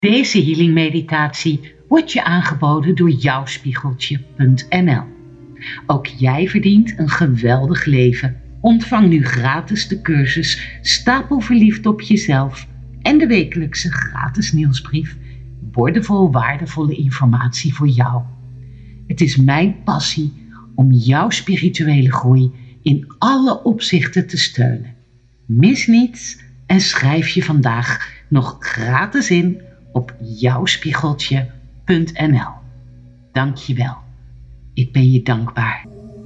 Deze healing meditatie wordt je aangeboden door jouwspiegeltje.nl. Ook jij verdient een geweldig leven. Ontvang nu gratis de cursus Stapel verliefd op jezelf en de wekelijkse gratis nieuwsbrief Boordevol waardevolle informatie voor jou. Het is mijn passie om jouw spirituele groei in alle opzichten te steunen. Mis niets en schrijf je vandaag nog gratis in op jouwspiegeltje.nl. Dank je wel. Ik ben je dankbaar.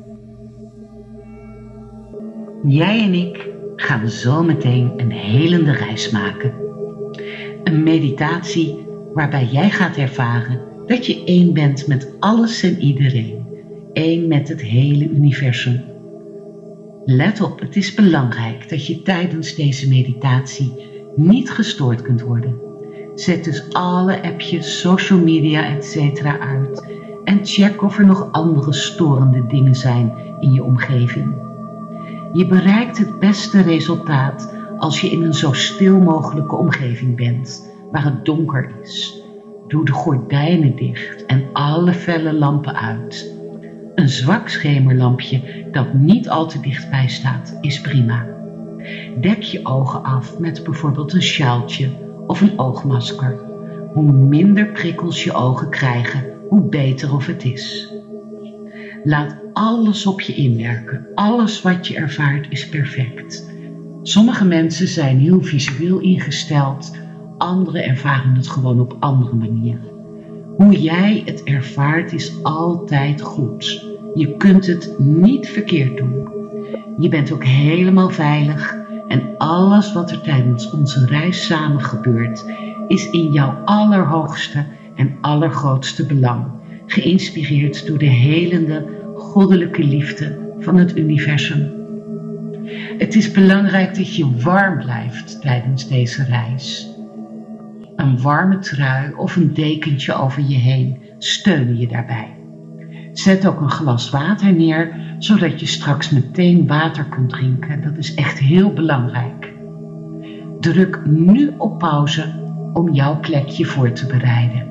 Jij en ik gaan zo meteen een helende reis maken. Een meditatie waarbij jij gaat ervaren dat je één bent met alles en iedereen. Één met het hele universum. Let op, het is belangrijk dat je tijdens deze meditatie niet gestoord kunt worden. Zet dus alle appjes, social media etc. uit en check of er nog andere storende dingen zijn in je omgeving. Je bereikt het beste resultaat als je in een zo stil mogelijke omgeving bent, waar het donker is. Doe de gordijnen dicht en alle felle lampen uit. Een zwak schemerlampje dat niet al te dichtbij staat is prima. Dek je ogen af met bijvoorbeeld een sjaaltje of een oogmasker. Hoe minder prikkels je ogen krijgen, hoe beter of het is. Laat alles op je inwerken. Alles wat je ervaart is perfect. Sommige mensen zijn heel visueel ingesteld, anderen ervaren het gewoon op andere manieren. Hoe jij het ervaart is altijd goed. Je kunt het niet verkeerd doen. Je bent ook helemaal veilig en alles wat er tijdens onze reis samen gebeurt is in jouw allerhoogste en allergrootste belang, geïnspireerd door de helende, goddelijke liefde van het universum. Het is belangrijk dat je warm blijft tijdens deze reis. Een warme trui of een dekentje over je heen steunen je daarbij. Zet ook een glas water neer, zodat je straks meteen water kunt drinken. Dat is echt heel belangrijk. Druk nu op pauze om jouw plekje voor te bereiden.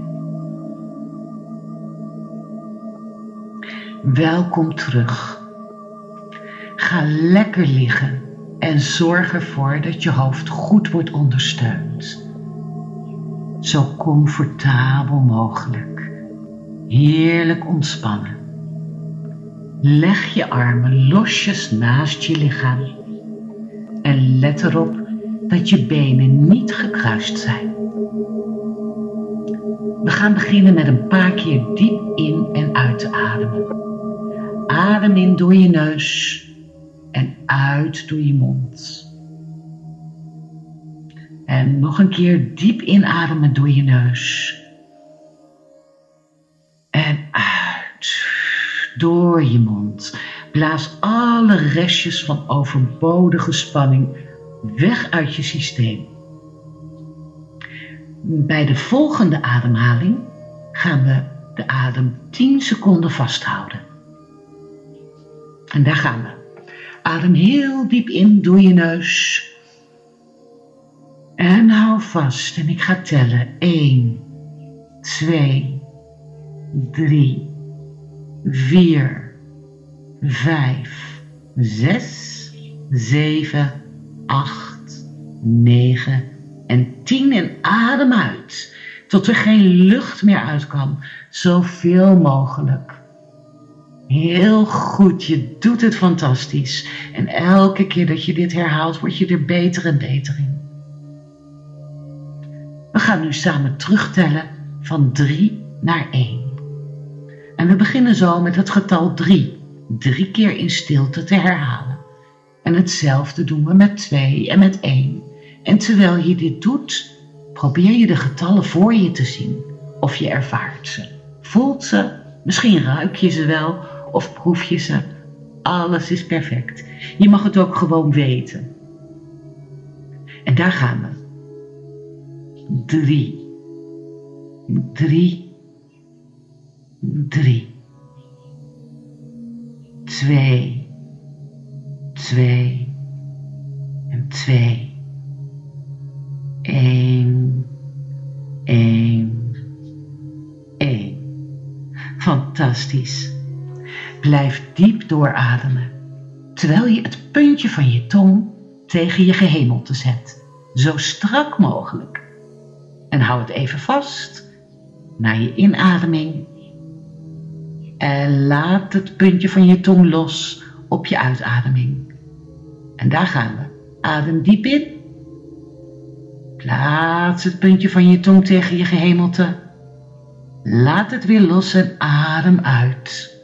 Welkom terug. Ga lekker liggen en zorg ervoor dat je hoofd goed wordt ondersteund. Zo comfortabel mogelijk. Heerlijk ontspannen. Leg je armen losjes naast je lichaam. En let erop dat je benen niet gekruist zijn. We gaan beginnen met een paar keer diep in en uit te ademen. Adem in door je neus en uit door je mond. En nog een keer diep inademen door je neus. En uit door je mond. Blaas alle restjes van overbodige spanning weg uit je systeem. Bij de volgende ademhaling gaan we de adem 10 seconden vasthouden. En daar gaan we. Adem heel diep in door je neus. En hou vast en ik ga tellen. 1, 2, 3, 4, 5, 6, 7, 8, 9 en 10 en adem uit. Tot er geen lucht meer uit kan. Zoveel mogelijk. Heel goed, je doet het fantastisch. En elke keer dat je dit herhaalt, word je er beter en beter in. We gaan nu samen terugtellen van 3 naar 1. En we beginnen zo met het getal 3. 3 keer in stilte te herhalen. En hetzelfde doen we met 2 en met 1. En terwijl je dit doet, probeer je de getallen voor je te zien. Of je ervaart ze. Voelt ze, misschien ruik je ze wel of proef je ze. Alles is perfect. Je mag het ook gewoon weten. En daar gaan we. 3, 3, 3, 2, 2 en 2, 1, 1. Fantastisch. Blijf diep doorademen, terwijl je het puntje van je tong tegen je gehemelte zet, zo strak mogelijk. En hou het even vast na je inademing. En laat het puntje van je tong los op je uitademing. En daar gaan we. Adem diep in. Plaats het puntje van je tong tegen je gehemelte. Laat het weer los en adem uit.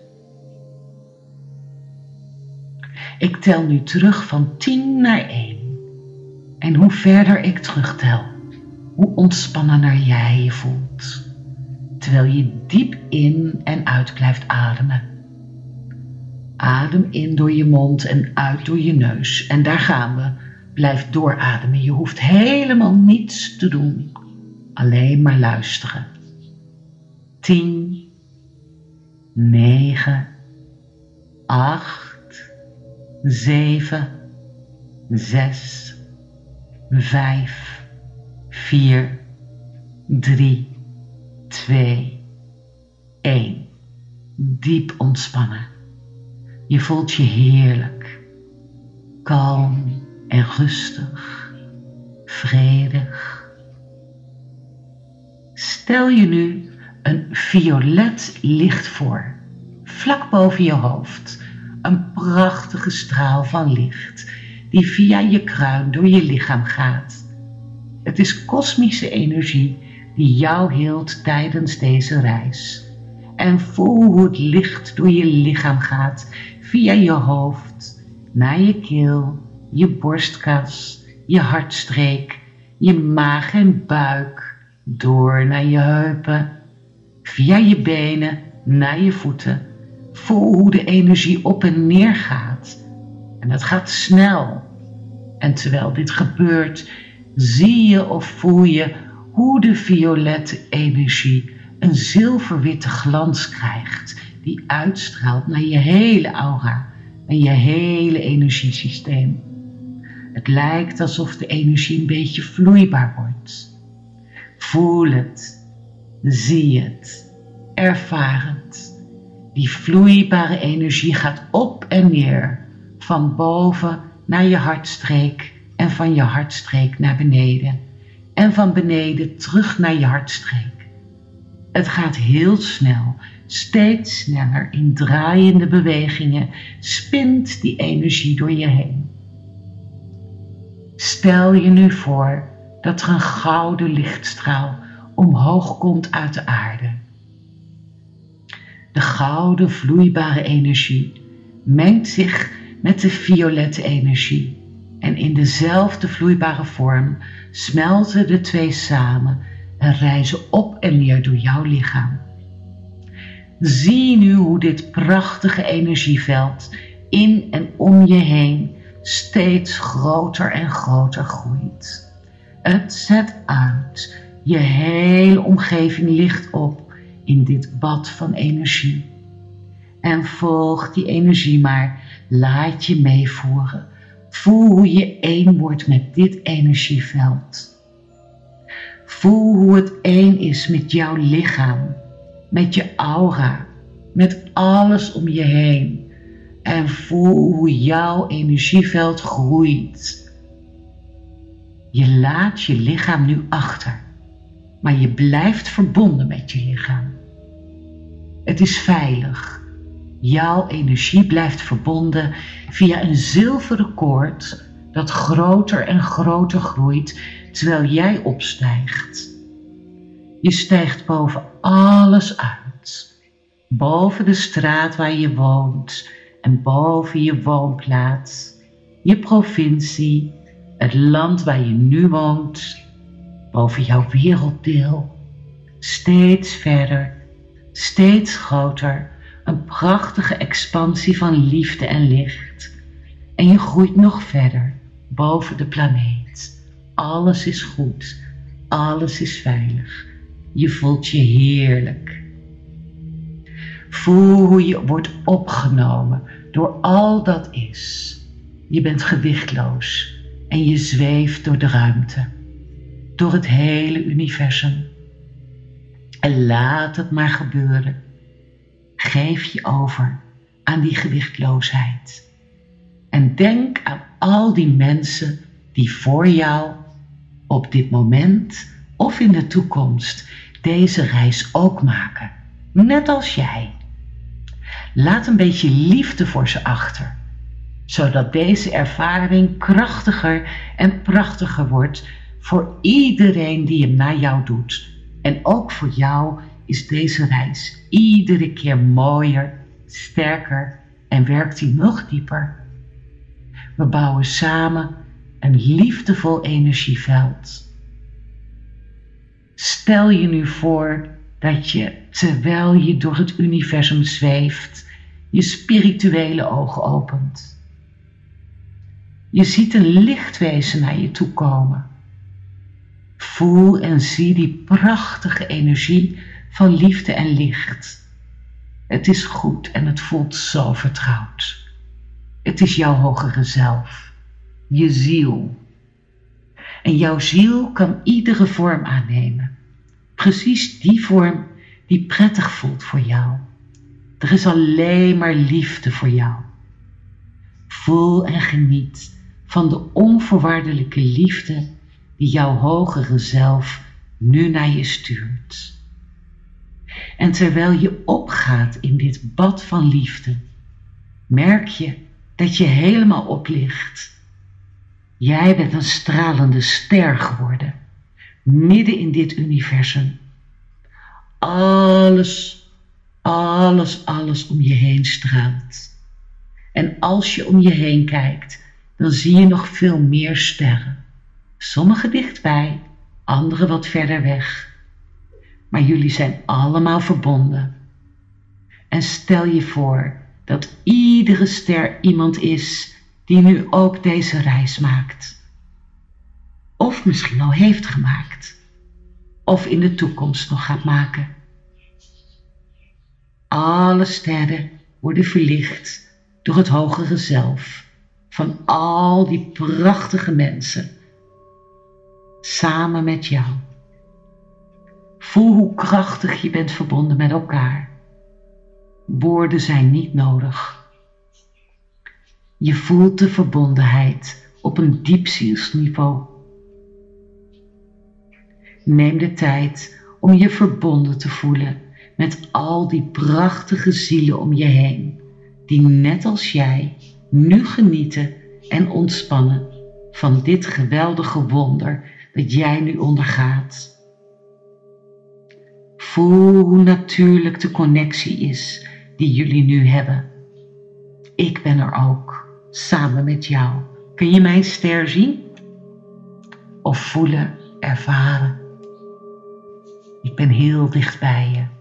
Ik tel nu terug van 10 naar 1. En hoe verder ik terugtel, hoe ontspannender jij je voelt. Terwijl je diep in en uit blijft ademen. Adem in door je mond en uit door je neus. En daar gaan we. Blijf doorademen. Je hoeft helemaal niets te doen. Alleen maar luisteren. 10, 9, 8, 7, 6, 5, 4, 3, 2, 1. Diep ontspannen. Je voelt je heerlijk, kalm en rustig, vredig. Stel je nu een violet licht voor, vlak boven je hoofd. Een prachtige straal van licht die via je kruin door je lichaam gaat. Het is kosmische energie die jou hield tijdens deze reis. En voel hoe het licht door je lichaam gaat, via je hoofd, naar je keel, je borstkas, je hartstreek, je maag en buik, door naar je heupen, via je benen, naar je voeten. Voel hoe de energie op en neer gaat. En dat gaat snel. En terwijl dit gebeurt, zie je of voel je hoe de violette energie een zilverwitte glans krijgt, die uitstraalt naar je hele aura en je hele energiesysteem. Het lijkt alsof de energie een beetje vloeibaar wordt. Voel het, zie het, ervaar het. Die vloeibare energie gaat op en neer, van boven naar je hartstreek en van je hartstreek naar beneden. En van beneden terug naar je hartstreek. Het gaat heel snel, steeds sneller in draaiende bewegingen spint die energie door je heen. Stel je nu voor dat er een gouden lichtstraal omhoog komt uit de aarde. De gouden vloeibare energie mengt zich met de violette energie en in dezelfde vloeibare vorm smelten de twee samen en reizen op en neer door jouw lichaam. Zie nu hoe dit prachtige energieveld in en om je heen steeds groter en groter groeit. Het zet uit, je hele omgeving ligt op in dit bad van energie. En volg die energie maar, laat je meevoeren. Voel hoe je één wordt met dit energieveld. Voel hoe het één is met jouw lichaam, met je aura, met alles om je heen. En voel hoe jouw energieveld groeit. Je laat je lichaam nu achter, maar je blijft verbonden met je lichaam. Het is veilig. Jouw energie blijft verbonden via een zilveren koord dat groter en groter groeit terwijl jij opstijgt. Je stijgt boven alles uit. Boven de straat waar je woont en boven je woonplaats, je provincie, het land waar je nu woont, boven jouw werelddeel. Steeds verder, steeds groter, een prachtige expansie van liefde en licht. En je groeit nog verder, boven de planeet. Alles is goed, alles is veilig. Je voelt je heerlijk. Voel hoe je wordt opgenomen door al dat is. Je bent gewichtloos en je zweeft door de ruimte, door het hele universum. En laat het maar gebeuren. geef je over aan die gewichtloosheid. En denk aan al die mensen die voor jou op dit moment of in de toekomst deze reis ook maken. Net als jij. Laat een beetje liefde voor ze achter, zodat deze ervaring krachtiger en prachtiger wordt voor iedereen die hem naar jou doet. En ook voor jou is deze reis iedere keer mooier, sterker en werkt hij nog dieper. We bouwen samen een liefdevol energieveld. Stel je nu voor dat je, terwijl je door het universum zweeft, je spirituele ogen opent. Je ziet een lichtwezen naar je toe komen. Voel en zie die prachtige energie van liefde en licht. Het is goed en het voelt zo vertrouwd. Het is jouw hogere zelf, je ziel. En jouw ziel kan iedere vorm aannemen. Precies die vorm die prettig voelt voor jou. Er is alleen maar liefde voor jou. Voel en geniet van de onvoorwaardelijke liefde die jouw hogere zelf nu naar je stuurt. En terwijl je opgaat in dit bad van liefde, merk je dat je helemaal oplicht. Jij bent een stralende ster geworden, midden in dit universum. Alles om je heen straalt. En als je om je heen kijkt, dan zie je nog veel meer sterren. Sommige dichtbij, andere wat verder weg. Maar jullie zijn allemaal verbonden. En stel je voor dat iedere ster iemand is die nu ook deze reis maakt. Of misschien al heeft gemaakt. Of in de toekomst nog gaat maken. Alle sterren worden verlicht door het hogere zelf van al die prachtige mensen. Samen met jou. Voel hoe krachtig je bent verbonden met elkaar. Woorden zijn niet nodig. Je voelt de verbondenheid op een diep zielsniveau. Neem de tijd om je verbonden te voelen met al die prachtige zielen om je heen, die net als jij nu genieten en ontspannen van dit geweldige wonder dat jij nu ondergaat. Voel hoe natuurlijk de connectie is die jullie nu hebben. Ik ben er ook, samen met jou. Kun je mijn ster zien? Of voelen, ervaren? Ik ben heel dicht bij je.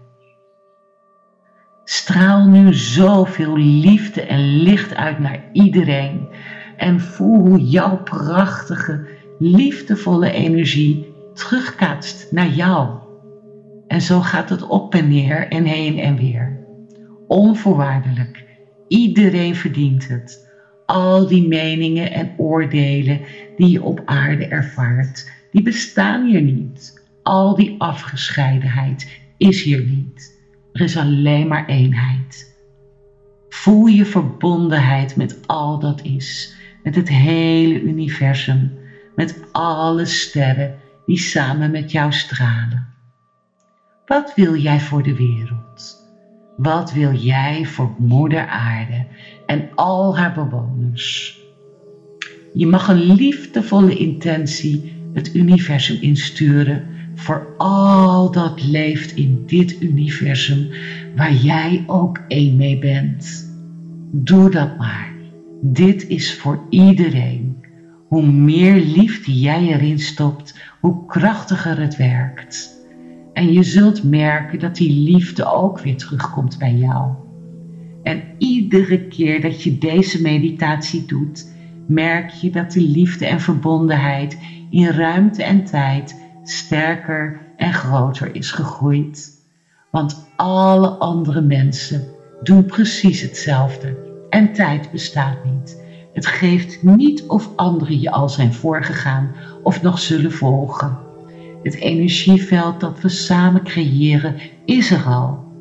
Straal nu zoveel liefde en licht uit naar iedereen. En voel hoe jouw prachtige, liefdevolle energie terugkaatst naar jou. En zo gaat het op en neer en heen en weer. Onvoorwaardelijk. Iedereen verdient het. Al die meningen en oordelen die je op aarde ervaart, die bestaan hier niet. Al die afgescheidenheid is hier niet. Er is alleen maar eenheid. Voel je verbondenheid met al dat is. Met het hele universum. Met alle sterren die samen met jou stralen. Wat wil jij voor de wereld? Wat wil jij voor Moeder Aarde en al haar bewoners? Je mag een liefdevolle intentie het universum insturen voor al dat leeft in dit universum waar jij ook één mee bent. Doe dat maar. Dit is voor iedereen. Hoe meer liefde jij erin stopt, hoe krachtiger het werkt. En je zult merken dat die liefde ook weer terugkomt bij jou. En iedere keer dat je deze meditatie doet, merk je dat de liefde en verbondenheid in ruimte en tijd sterker en groter is gegroeid. Want alle andere mensen doen precies hetzelfde en tijd bestaat niet. Het geeft niet of anderen je al zijn voorgegaan of nog zullen volgen. Het energieveld dat we samen creëren is er al.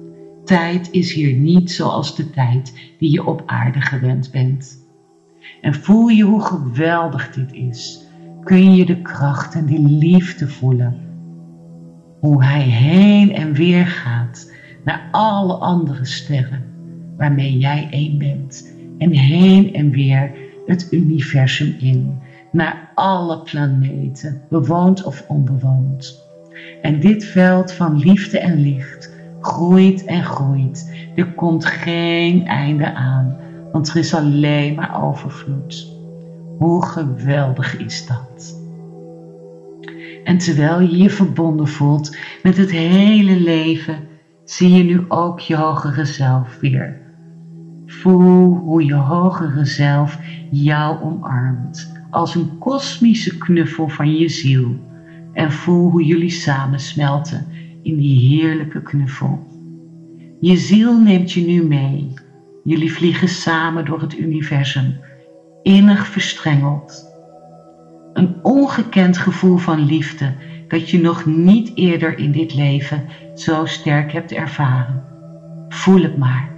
tijd is hier niet zoals de tijd die je op aarde gewend bent. En voel je hoe geweldig dit is. Kun je de kracht en de liefde voelen. Hoe hij heen en weer gaat naar alle andere sterren waarmee jij één bent. En heen en weer het universum in. Naar alle planeten, bewoond of onbewoond. En dit veld van liefde en licht groeit en groeit. Er komt geen einde aan, want er is alleen maar overvloed. Hoe geweldig is dat? En terwijl je je verbonden voelt met het hele leven, zie je nu ook je hogere zelf weer. Voel hoe je hogere zelf jou omarmt, als een kosmische knuffel van je ziel. En voel hoe jullie samen smelten in die heerlijke knuffel. Je ziel neemt je nu mee. Jullie vliegen samen door het universum, innig verstrengeld. Een ongekend gevoel van liefde dat je nog niet eerder in dit leven zo sterk hebt ervaren. Voel het maar.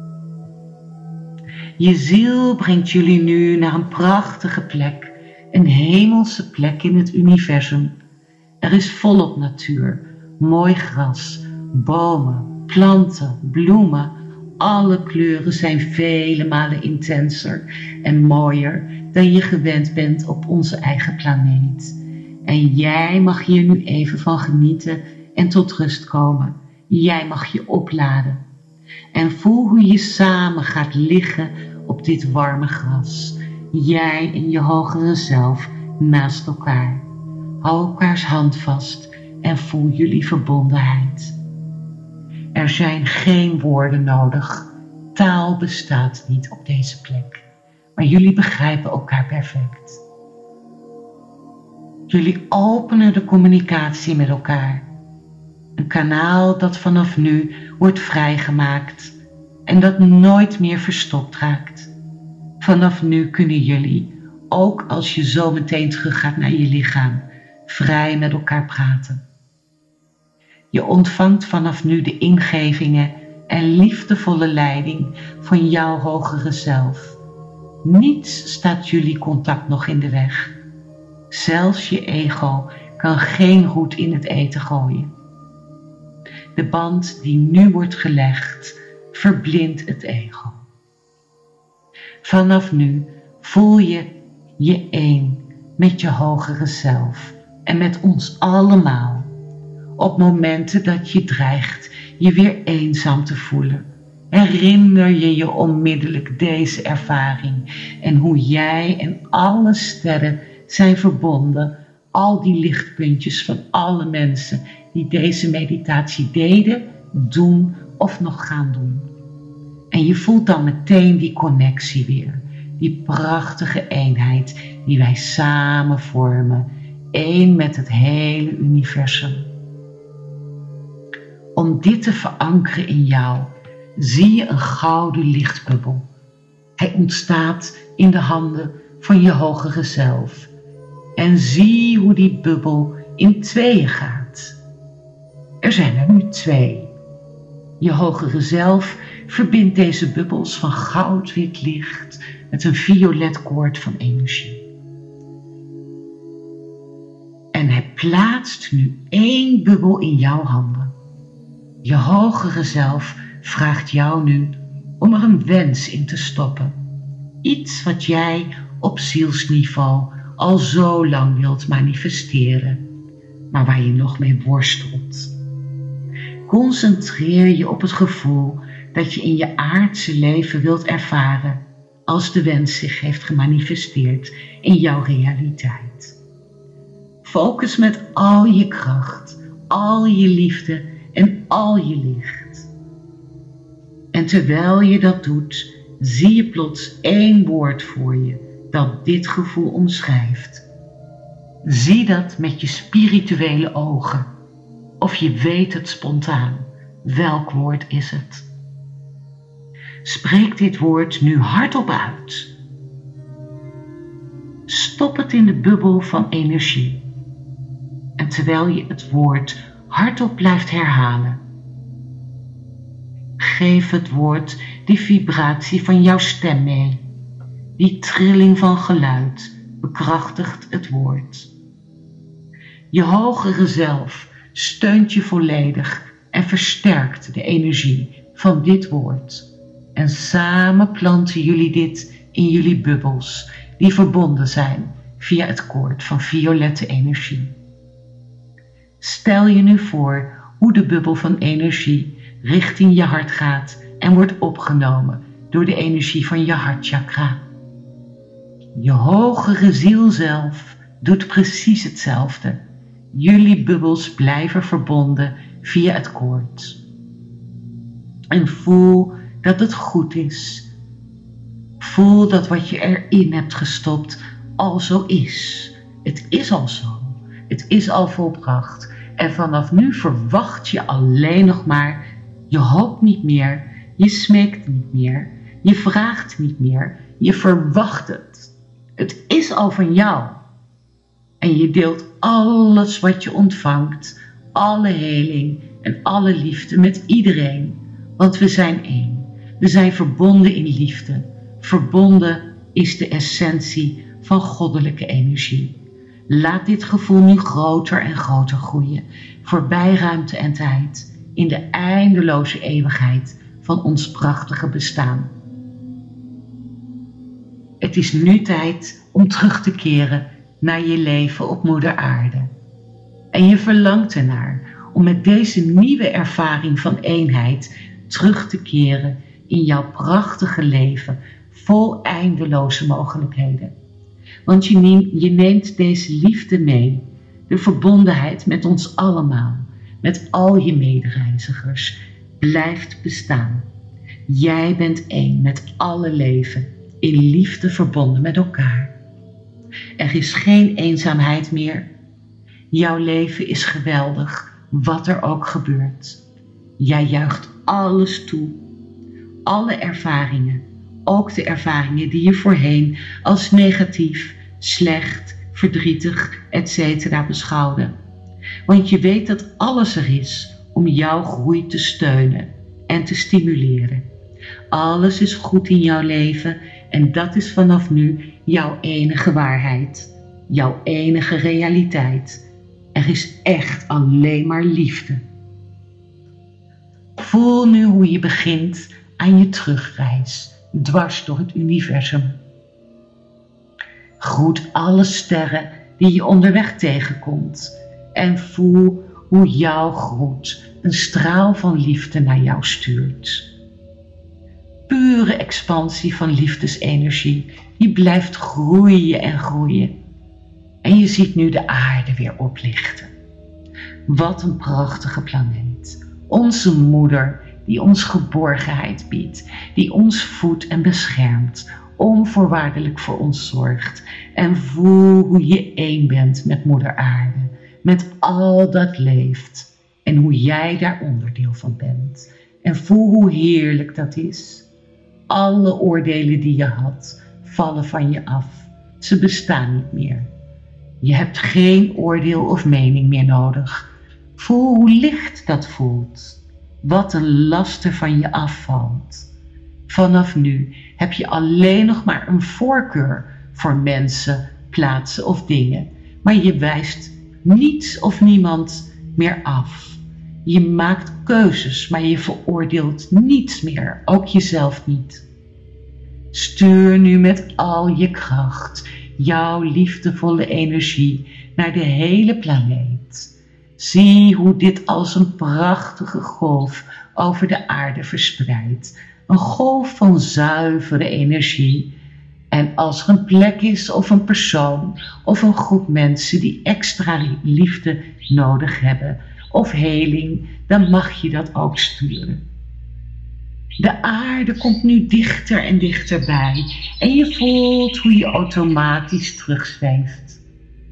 Je ziel brengt jullie nu naar een prachtige plek, een hemelse plek in het universum. Er is volop natuur, mooi gras, bomen, planten, bloemen. Alle kleuren zijn vele malen intenser en mooier dan je gewend bent op onze eigen planeet. En jij mag hier nu even van genieten en tot rust komen. Jij mag je opladen. En voel hoe je samen gaat liggen op dit warme gras. Jij en je hogere zelf naast elkaar. Hou elkaars hand vast en voel jullie verbondenheid. Er zijn geen woorden nodig. Taal bestaat niet op deze plek. Maar jullie begrijpen elkaar perfect. Jullie openen de communicatie met elkaar. Een kanaal dat vanaf nu wordt vrijgemaakt en dat nooit meer verstopt raakt. Vanaf nu kunnen jullie, ook als je zo meteen terug gaat naar je lichaam, vrij met elkaar praten. Je ontvangt vanaf nu de ingevingen en liefdevolle leiding van jouw hogere zelf. Niets staat jullie contact nog in de weg. Zelfs je ego kan geen roet in het eten gooien. De band die nu wordt gelegd, verblindt het ego. Vanaf nu voel je je één met je hogere zelf en met ons allemaal. Op momenten dat je dreigt je weer eenzaam te voelen, herinner je je onmiddellijk deze ervaring en hoe jij en alle sterren zijn verbonden, al die lichtpuntjes van alle mensen die deze meditatie deden, doen of nog gaan doen. En je voelt dan meteen die connectie weer, die prachtige eenheid die wij samen vormen, één met het hele universum. Om dit te verankeren in jou, zie je een gouden lichtbubbel. Hij ontstaat in de handen van je hogere zelf. En zie hoe die bubbel in tweeën gaat. Er zijn er nu 2. Je hogere zelf verbindt deze bubbels van goudwit licht met een violet koord van energie. En hij plaatst nu 1 bubbel in jouw handen. Je hogere zelf vraagt jou nu om er een wens in te stoppen. Iets wat jij op zielsniveau al zo lang wilt manifesteren, maar waar je nog mee worstelt. Concentreer je op het gevoel dat je in je aardse leven wilt ervaren als de wens zich heeft gemanifesteerd in jouw realiteit. Focus met al je kracht, al je liefde en al je licht. En terwijl je dat doet, zie je plots 1 woord voor je dat dit gevoel omschrijft. Zie dat met je spirituele ogen. Of je weet het spontaan. Welk woord is het? Spreek dit woord nu hardop uit. Stop het in de bubbel van energie. En terwijl je het woord hardop blijft herhalen, Geef het woord die vibratie van jouw stem mee. Die trilling van geluid bekrachtigt het woord. Je hogere zelf steunt je volledig en versterkt de energie van dit woord. En samen planten jullie dit in jullie bubbels die verbonden zijn via het koord van violette energie. Stel je nu voor hoe de bubbel van energie richting je hart gaat en wordt opgenomen door de energie van je hartchakra. Je hogere ziel zelf doet precies hetzelfde. Jullie bubbels blijven verbonden via het koord. En voel dat het goed is. Voel dat wat je erin hebt gestopt al zo is. Het is al zo. Het is al volbracht. En vanaf nu verwacht je alleen nog maar. Je hoopt niet meer. Je smeekt niet meer. Je vraagt niet meer. Je verwacht het. Het is al van jou. En je deelt alles wat je ontvangt. Alle heling en alle liefde met iedereen. Want we zijn één. We zijn verbonden in liefde. Verbonden is de essentie van goddelijke energie. Laat dit gevoel nu groter en groter groeien. Voorbij ruimte en tijd. In de eindeloze eeuwigheid van ons prachtige bestaan. Het is nu tijd om terug te keren naar je leven op moeder aarde. En je verlangt ernaar om met deze nieuwe ervaring van eenheid terug te keren in jouw prachtige leven vol eindeloze mogelijkheden. Want je neemt deze liefde mee, de verbondenheid met ons allemaal, met al je medereizigers, blijft bestaan. Jij bent één met alle leven, in liefde verbonden met elkaar. Er is geen eenzaamheid meer. Jouw leven is geweldig, wat er ook gebeurt. Jij juicht alles toe. Alle ervaringen, ook de ervaringen die je voorheen als negatief, slecht, verdrietig, etc. beschouwde. Want je weet dat alles er is om jouw groei te steunen en te stimuleren. Alles is goed in jouw leven en dat is vanaf nu jouw enige waarheid, jouw enige realiteit. Er is echt alleen maar liefde. Voel nu hoe je begint aan je terugreis, dwars door het universum. Groet alle sterren die je onderweg tegenkomt en voel hoe jouw groet een straal van liefde naar jou stuurt. Pure expansie van liefdesenergie, die blijft groeien en groeien. En je ziet nu de aarde weer oplichten. Wat een prachtige planeet. Onze moeder die ons geborgenheid biedt, die ons voedt en beschermt, onvoorwaardelijk voor ons zorgt. En voel hoe je één bent met moeder aarde, met al dat leeft en hoe jij daar onderdeel van bent. En voel hoe heerlijk dat is. Alle oordelen die je had, vallen van je af. Ze bestaan niet meer. Je hebt geen oordeel of mening meer nodig. Voel hoe licht dat voelt. Wat een last er van je afvalt. Vanaf nu heb je alleen nog maar een voorkeur voor mensen, plaatsen of dingen. Maar je wijst niets of niemand meer af. Je maakt keuzes, maar je veroordeelt niets meer, ook jezelf niet. Stuur nu met al je kracht jouw liefdevolle energie naar de hele planeet. Zie hoe dit als een prachtige golf over de aarde verspreidt. Een golf van zuivere energie. En als er een plek is of een persoon of een groep mensen die extra liefde nodig hebben of heling, dan mag je dat ook sturen. De aarde komt nu dichter en dichterbij en je voelt hoe je automatisch terugzweeft.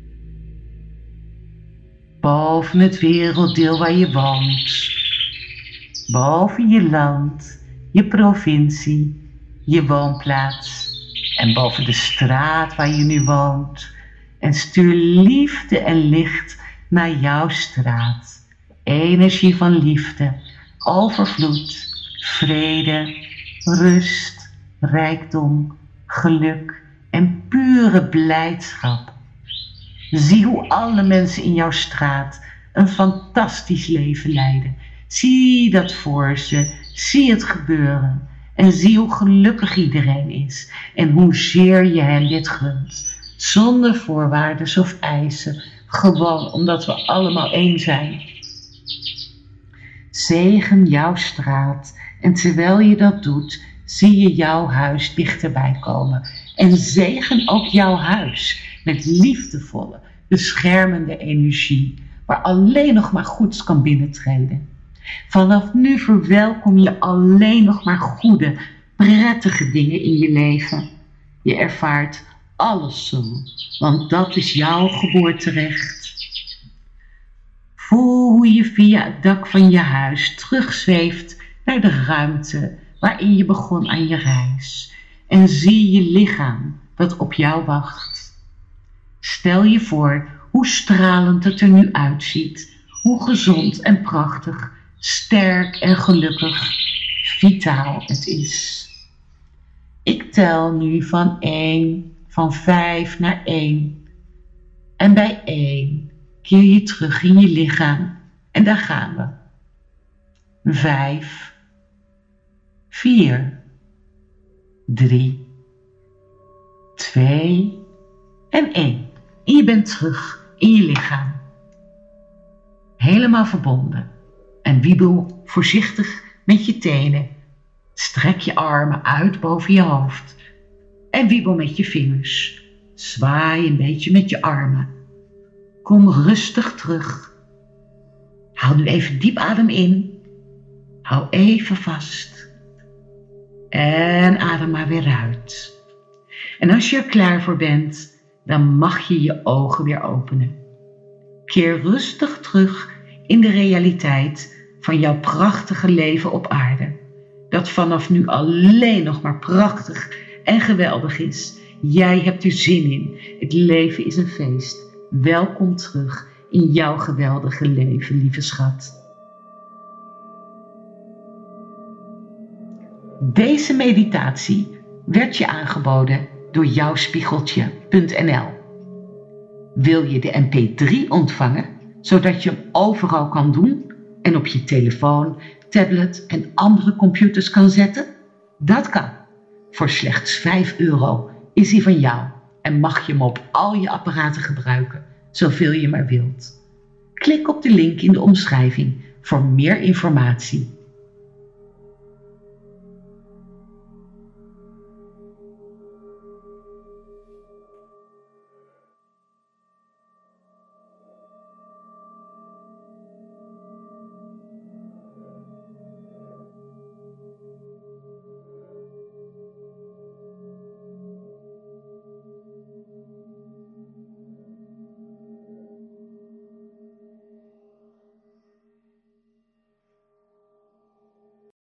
Boven het werelddeel waar je woont, boven je land, je provincie, je woonplaats en boven de straat waar je nu woont. En stuur liefde en licht naar jouw straat. Energie van liefde, overvloed, vrede, rust, rijkdom, geluk en pure blijdschap. Zie hoe alle mensen in jouw straat een fantastisch leven leiden. Zie dat voor ze, zie het gebeuren en zie hoe gelukkig iedereen is en hoezeer je hen dit gunt. Zonder voorwaarden of eisen, gewoon omdat we allemaal één zijn. Zegen jouw straat en terwijl je dat doet, zie je jouw huis dichterbij komen. En zegen ook jouw huis met liefdevolle, beschermende energie, waar alleen nog maar goeds kan binnentreden. Vanaf nu verwelkom je alleen nog maar goede, prettige dingen in je leven. Je ervaart alles zo, want dat is jouw geboorterecht. Voel hoe je via het dak van je huis terugzweeft naar de ruimte waarin je begon aan je reis. En zie je lichaam dat op jou wacht. Stel je voor hoe stralend het er nu uitziet, hoe gezond en prachtig, sterk en gelukkig, vitaal het is. Ik tel nu van 5 naar 1. En bij 1 keer je terug in je lichaam en daar gaan we. 5, 4, 3, 2 en 1. En je bent terug in je lichaam. Helemaal verbonden. En wiebel voorzichtig met je tenen. Strek je armen uit boven je hoofd. En wiebel met je vingers. Zwaai een beetje met je armen. Kom rustig terug. Haal nu even diep adem in. Hou even vast. En adem maar weer uit. En als je er klaar voor bent, dan mag je je ogen weer openen. Keer rustig terug in de realiteit van jouw prachtige leven op aarde. Dat vanaf nu alleen nog maar prachtig en geweldig is. Jij hebt er zin in. Het leven is een feest. Welkom terug in jouw geweldige leven, lieve schat. Deze meditatie werd je aangeboden door jouwspiegeltje.nl. Wil je de MP3 ontvangen, zodat je hem overal kan doen en op je telefoon, tablet en andere computers kan zetten? Dat kan. Voor slechts €5 is hij van jou en mag je hem op al je apparaten gebruiken, zoveel je maar wilt. Klik op de link in de omschrijving voor meer informatie.